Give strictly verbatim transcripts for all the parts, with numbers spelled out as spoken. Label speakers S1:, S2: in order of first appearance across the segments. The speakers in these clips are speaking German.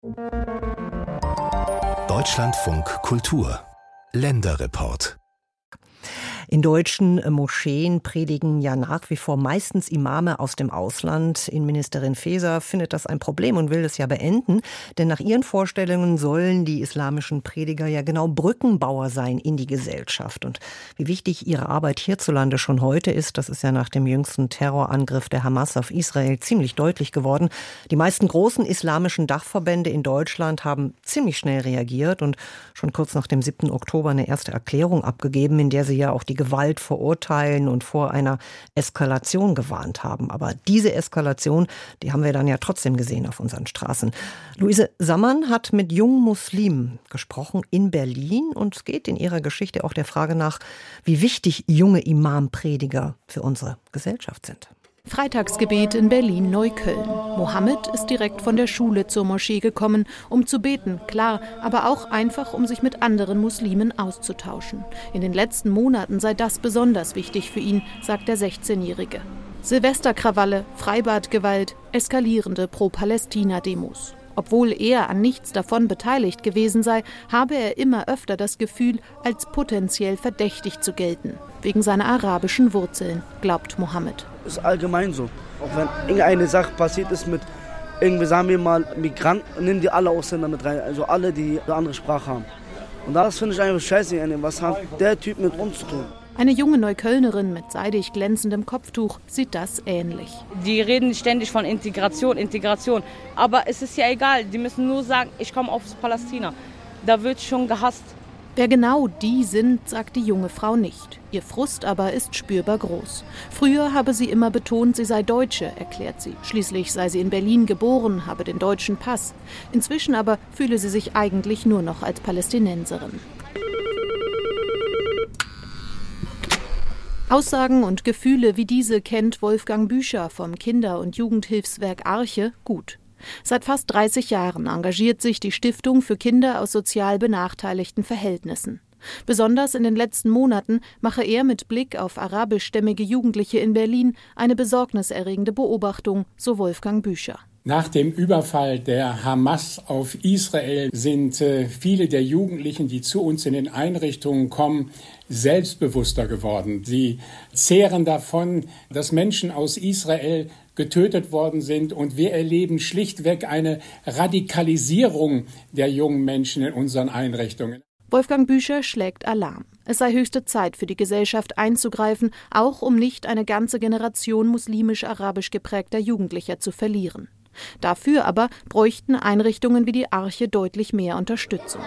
S1: Deutschlandfunk Kultur Länderreport.
S2: In deutschen Moscheen predigen ja nach wie vor meistens Imame aus dem Ausland. Innenministerin Faeser findet das ein Problem und will es ja beenden. Denn nach ihren Vorstellungen sollen die islamischen Prediger ja genau Brückenbauer sein in die Gesellschaft. Und wie wichtig ihre Arbeit hierzulande schon heute ist, das ist ja nach dem jüngsten Terrorangriff der Hamas auf Israel ziemlich deutlich geworden. Die meisten großen islamischen Dachverbände in Deutschland haben ziemlich schnell reagiert und schon kurz nach dem siebten Oktober eine erste Erklärung abgegeben, in der sie ja auch die Gewalt verurteilen und vor einer Eskalation gewarnt haben. Aber diese Eskalation, die haben wir dann ja trotzdem gesehen auf unseren Straßen. Luise Sammann hat mit jungen Muslimen gesprochen in Berlin und es geht in ihrer Geschichte auch der Frage nach, wie wichtig junge Imamprediger für unsere Gesellschaft sind.
S3: Freitagsgebet in Berlin-Neukölln. Mohammed ist direkt von der Schule zur Moschee gekommen, um zu beten, klar, aber auch einfach, um sich mit anderen Muslimen auszutauschen. In den letzten Monaten sei das besonders wichtig für ihn, sagt der sechzehnjährige. Silvesterkrawalle, Freibadgewalt, eskalierende Pro-Palästina-Demos. Obwohl er an nichts davon beteiligt gewesen sei, habe er immer öfter das Gefühl, als potenziell verdächtig zu gelten. Wegen seiner arabischen Wurzeln, glaubt Mohammed.
S4: Das ist allgemein so. Auch wenn irgendeine Sache passiert ist mit, irgendwie sagen wir mal, Migranten, nehmen die alle Ausländer mit rein. Also alle, die eine andere Sprache haben. Und das finde ich einfach scheiße. Was hat der Typ mit uns zu tun?
S3: Eine junge Neuköllnerin mit seidig glänzendem Kopftuch sieht das ähnlich.
S5: Die reden ständig von Integration, Integration. Aber es ist ja egal, die müssen nur sagen, ich komme aus Palästina. Da wird schon gehasst.
S3: Wer genau die sind, sagt die junge Frau nicht. Ihr Frust aber ist spürbar groß. Früher habe sie immer betont, sie sei Deutsche, erklärt sie. Schließlich sei sie in Berlin geboren, habe den deutschen Pass. Inzwischen aber fühle sie sich eigentlich nur noch als Palästinenserin. Aussagen und Gefühle wie diese kennt Wolfgang Büscher vom Kinder- und Jugendhilfswerk Arche gut. Seit fast dreißig Jahren engagiert sich die Stiftung für Kinder aus sozial benachteiligten Verhältnissen. Besonders in den letzten Monaten mache er mit Blick auf arabischstämmige Jugendliche in Berlin eine besorgniserregende Beobachtung, so Wolfgang Büscher.
S6: Nach dem Überfall der Hamas auf Israel sind äh, viele der Jugendlichen, die zu uns in den Einrichtungen kommen, selbstbewusster geworden. Sie zehren davon, dass Menschen aus Israel getötet worden sind und wir erleben schlichtweg eine Radikalisierung der jungen Menschen in unseren Einrichtungen.
S3: Wolfgang Büscher schlägt Alarm. Es sei höchste Zeit für die Gesellschaft einzugreifen, auch um nicht eine ganze Generation muslimisch-arabisch geprägter Jugendlicher zu verlieren. Dafür aber bräuchten Einrichtungen wie die Arche deutlich mehr Unterstützung.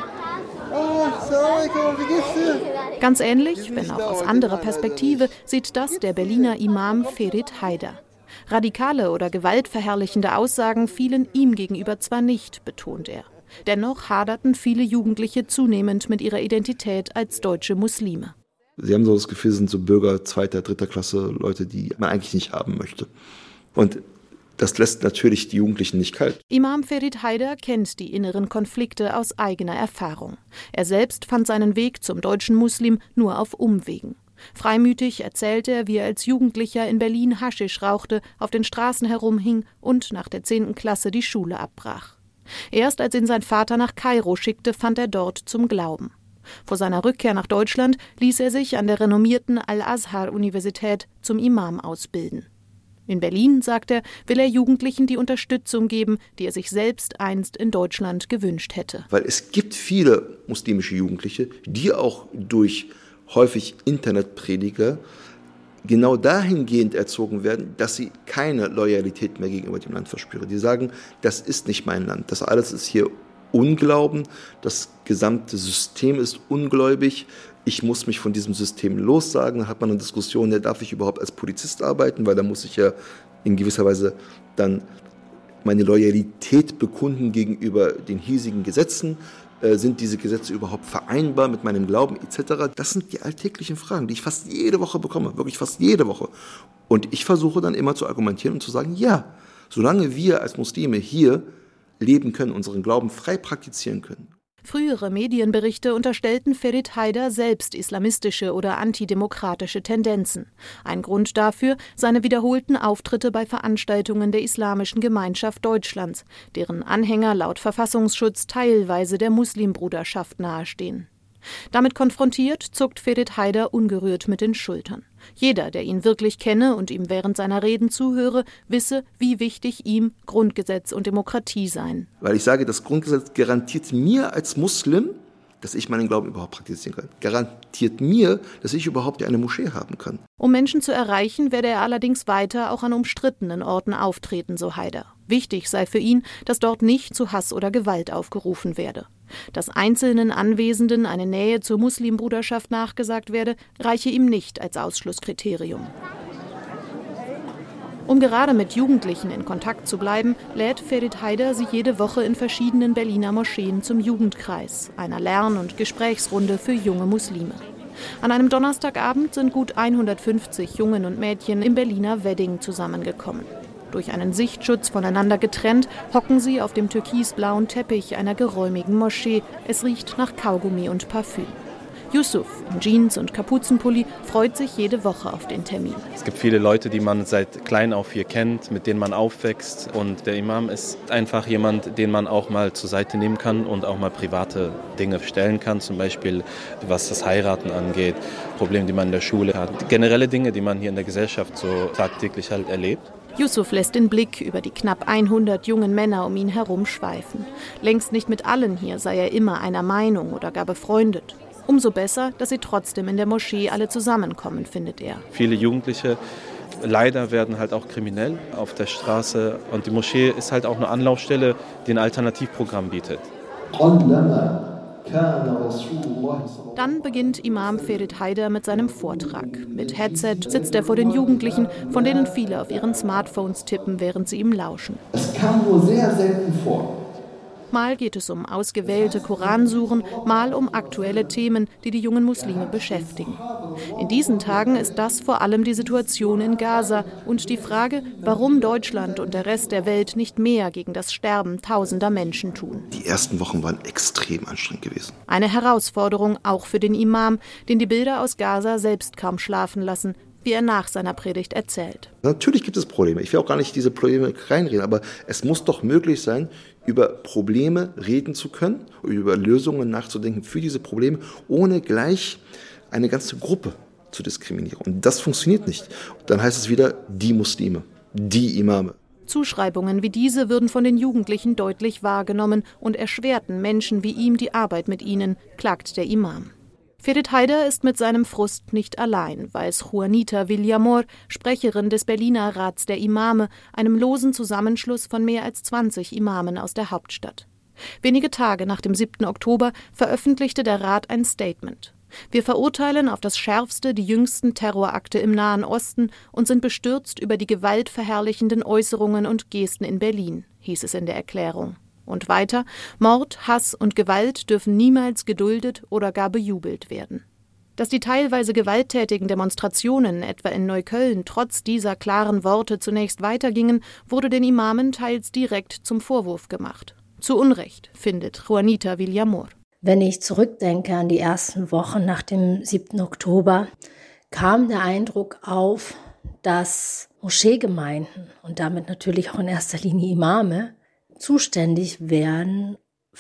S3: Ganz ähnlich, wenn auch aus anderer Perspektive, sieht das der Berliner Imam Ferit Haider. Radikale oder gewaltverherrlichende Aussagen fielen ihm gegenüber zwar nicht, betont er. Dennoch haderten viele Jugendliche zunehmend mit ihrer Identität als deutsche Muslime.
S7: Sie haben so das Gefühl, sie sind so Bürger zweiter, dritter Klasse, Leute, die man eigentlich nicht haben möchte. Und das lässt natürlich die Jugendlichen nicht kalt.
S3: Imam Ferit Haider kennt die inneren Konflikte aus eigener Erfahrung. Er selbst fand seinen Weg zum deutschen Muslim nur auf Umwegen. Freimütig erzählte er, wie er als Jugendlicher in Berlin Haschisch rauchte, auf den Straßen herumhing und nach der zehnten Klasse die Schule abbrach. Erst als ihn sein Vater nach Kairo schickte, fand er dort zum Glauben. Vor seiner Rückkehr nach Deutschland ließ er sich an der renommierten Al-Azhar-Universität zum Imam ausbilden. In Berlin, sagt er, will er Jugendlichen die Unterstützung geben, die er sich selbst einst in Deutschland gewünscht hätte.
S7: Weil es gibt viele muslimische Jugendliche, die auch durch häufig Internetprediger genau dahingehend erzogen werden, dass sie keine Loyalität mehr gegenüber dem Land verspüren. Die sagen, das ist nicht mein Land, das alles ist hier Unglauben, das gesamte System ist ungläubig, ich muss mich von diesem System lossagen. Da hat man eine Diskussion, ja, darf ich überhaupt als Polizist arbeiten, weil da muss ich ja in gewisser Weise dann meine Loyalität bekunden gegenüber den hiesigen Gesetzen. Äh, sind diese Gesetze überhaupt vereinbar mit meinem Glauben et cetera? Das sind die alltäglichen Fragen, die ich fast jede Woche bekomme, wirklich fast jede Woche. Und ich versuche dann immer zu argumentieren und zu sagen, ja, solange wir als Muslime hier leben können, unseren Glauben frei praktizieren können.
S3: Frühere Medienberichte unterstellten Ferit Haider selbst islamistische oder antidemokratische Tendenzen. Ein Grund dafür seine wiederholten Auftritte bei Veranstaltungen der Islamischen Gemeinschaft Deutschlands, deren Anhänger laut Verfassungsschutz teilweise der Muslimbruderschaft nahestehen. Damit konfrontiert, zuckt Ferit Haider ungerührt mit den Schultern. Jeder, der ihn wirklich kenne und ihm während seiner Reden zuhöre, wisse, wie wichtig ihm Grundgesetz und Demokratie seien.
S7: Weil ich sage, das Grundgesetz garantiert mir als Muslim, dass ich meinen Glauben überhaupt praktizieren kann. Garantiert mir, dass ich überhaupt eine Moschee haben kann.
S3: Um Menschen zu erreichen, werde er allerdings weiter auch an umstrittenen Orten auftreten, so Haider. Wichtig sei für ihn, dass dort nicht zu Hass oder Gewalt aufgerufen werde. Dass einzelnen Anwesenden eine Nähe zur Muslimbruderschaft nachgesagt werde, reiche ihm nicht als Ausschlusskriterium. Um gerade mit Jugendlichen in Kontakt zu bleiben, lädt Ferit Haider sie jede Woche in verschiedenen Berliner Moscheen zum Jugendkreis, einer Lern- und Gesprächsrunde für junge Muslime. An einem Donnerstagabend sind gut hundertfünfzig Jungen und Mädchen im Berliner Wedding zusammengekommen. Durch einen Sichtschutz voneinander getrennt, hocken sie auf dem türkisblauen Teppich einer geräumigen Moschee. Es riecht nach Kaugummi und Parfüm. Yusuf in Jeans und Kapuzenpulli freut sich jede Woche auf den Termin.
S8: Es gibt viele Leute, die man seit klein auf hier kennt, mit denen man aufwächst. Und der Imam ist einfach jemand, den man auch mal zur Seite nehmen kann und auch mal private Dinge stellen kann. Zum Beispiel, was das Heiraten angeht, Probleme, die man in der Schule hat. Generelle Dinge, die man hier in der Gesellschaft so tagtäglich halt erlebt.
S3: Yusuf lässt den Blick über die knapp hundert jungen Männer um ihn herum schweifen. Längst nicht mit allen hier sei er immer einer Meinung oder gar befreundet. Umso besser, dass sie trotzdem in der Moschee alle zusammenkommen, findet er.
S8: Viele Jugendliche leider werden halt auch kriminell auf der Straße. Und die Moschee ist halt auch eine Anlaufstelle, die ein Alternativprogramm bietet.
S3: Dann beginnt Imam Ferit Haider mit seinem Vortrag. Mit Headset sitzt er vor den Jugendlichen, von denen viele auf ihren Smartphones tippen, während sie ihm lauschen.
S9: Es kam nur sehr selten vor.
S3: Mal geht es um ausgewählte Koransuren, mal um aktuelle Themen, die die jungen Muslime beschäftigen. In diesen Tagen ist das vor allem die Situation in Gaza und die Frage, warum Deutschland und der Rest der Welt nicht mehr gegen das Sterben tausender Menschen tun.
S7: Die ersten Wochen waren extrem anstrengend gewesen.
S3: Eine Herausforderung auch für den Imam, den die Bilder aus Gaza selbst kaum schlafen lassen, wie er nach seiner Predigt erzählt.
S7: Natürlich gibt es Probleme. Ich will auch gar nicht diese Probleme reinreden, aber es muss doch möglich sein, über Probleme reden zu können, über Lösungen nachzudenken für diese Probleme, ohne gleich eine ganze Gruppe zu diskriminieren. Und das funktioniert nicht. Dann heißt es wieder die Muslime, die Imame.
S3: Zuschreibungen wie diese würden von den Jugendlichen deutlich wahrgenommen und erschwerten Menschen wie ihm die Arbeit mit ihnen, klagt der Imam. Ferit Haider ist mit seinem Frust nicht allein, weiß Juanita Villamor, Sprecherin des Berliner Rats der Imame, einem losen Zusammenschluss von mehr als zwanzig Imamen aus der Hauptstadt. Wenige Tage nach dem siebten Oktober veröffentlichte der Rat ein Statement. Wir verurteilen auf das Schärfste die jüngsten Terrorakte im Nahen Osten und sind bestürzt über die gewaltverherrlichenden Äußerungen und Gesten in Berlin, hieß es in der Erklärung. Und weiter, Mord, Hass und Gewalt dürfen niemals geduldet oder gar bejubelt werden. Dass die teilweise gewalttätigen Demonstrationen, etwa in Neukölln, trotz dieser klaren Worte zunächst weitergingen, wurde den Imamen teils direkt zum Vorwurf gemacht. Zu Unrecht, findet Juanita Villamor.
S10: Wenn ich zurückdenke an die ersten Wochen nach dem siebten Oktober, kam der Eindruck auf, dass Moscheegemeinden und damit natürlich auch in erster Linie Imame zuständig wären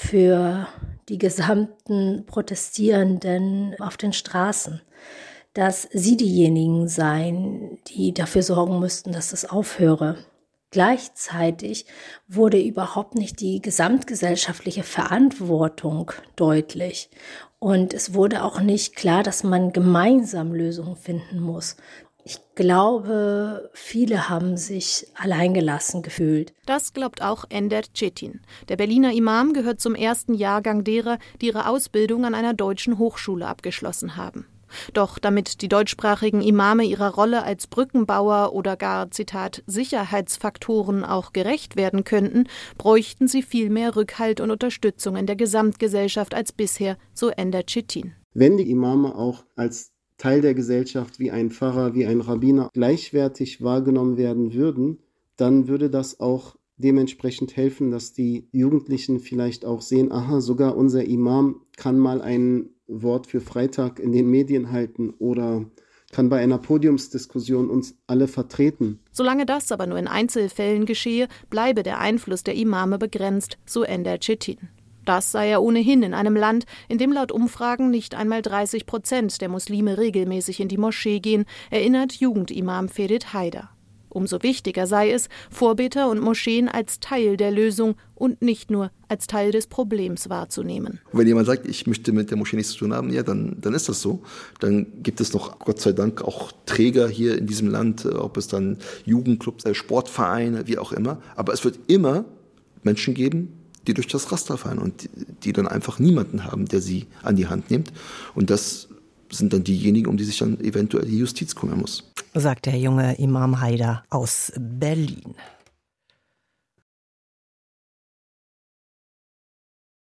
S10: für die gesamten Protestierenden auf den Straßen, dass sie diejenigen seien, die dafür sorgen müssten, dass es aufhöre. Gleichzeitig wurde überhaupt nicht die gesamtgesellschaftliche Verantwortung deutlich und es wurde auch nicht klar, dass man gemeinsam Lösungen finden muss. Ich glaube, viele haben sich alleingelassen gefühlt.
S3: Das glaubt auch Ender Cetin. Der Berliner Imam gehört zum ersten Jahrgang derer, die ihre Ausbildung an einer deutschen Hochschule abgeschlossen haben. Doch damit die deutschsprachigen Imame ihrer Rolle als Brückenbauer oder gar, Zitat, Sicherheitsfaktoren auch gerecht werden könnten, bräuchten sie viel mehr Rückhalt und Unterstützung in der Gesamtgesellschaft als bisher, so Ender Cetin.
S11: Wenn die Imame auch als Teil der Gesellschaft wie ein Pfarrer, wie ein Rabbiner gleichwertig wahrgenommen werden würden, dann würde das auch dementsprechend helfen, dass die Jugendlichen vielleicht auch sehen, aha, sogar unser Imam kann mal ein Wort für Freitag in den Medien halten oder kann bei einer Podiumsdiskussion uns alle vertreten.
S3: Solange das aber nur in Einzelfällen geschehe, bleibe der Einfluss der Imame begrenzt, so Ender Cetin. Das sei er ohnehin in einem Land, in dem laut Umfragen nicht einmal dreißig Prozent der Muslime regelmäßig in die Moschee gehen, erinnert Jugendimam Ferit Haider. Umso wichtiger sei es, Vorbeter und Moscheen als Teil der Lösung und nicht nur als Teil des Problems wahrzunehmen.
S7: Wenn jemand sagt, ich möchte mit der Moschee nichts zu tun haben, ja, dann, dann ist das so. Dann gibt es noch, Gott sei Dank, auch Träger hier in diesem Land, ob es dann Jugendclubs, Sportvereine, wie auch immer. Aber es wird immer Menschen geben, die durch das Raster fallen und die, die dann einfach niemanden haben, der sie an die Hand nimmt. Und das sind dann diejenigen, um die sich dann eventuell die Justiz kümmern muss.
S2: Sagt der junge Imam Haider aus Berlin.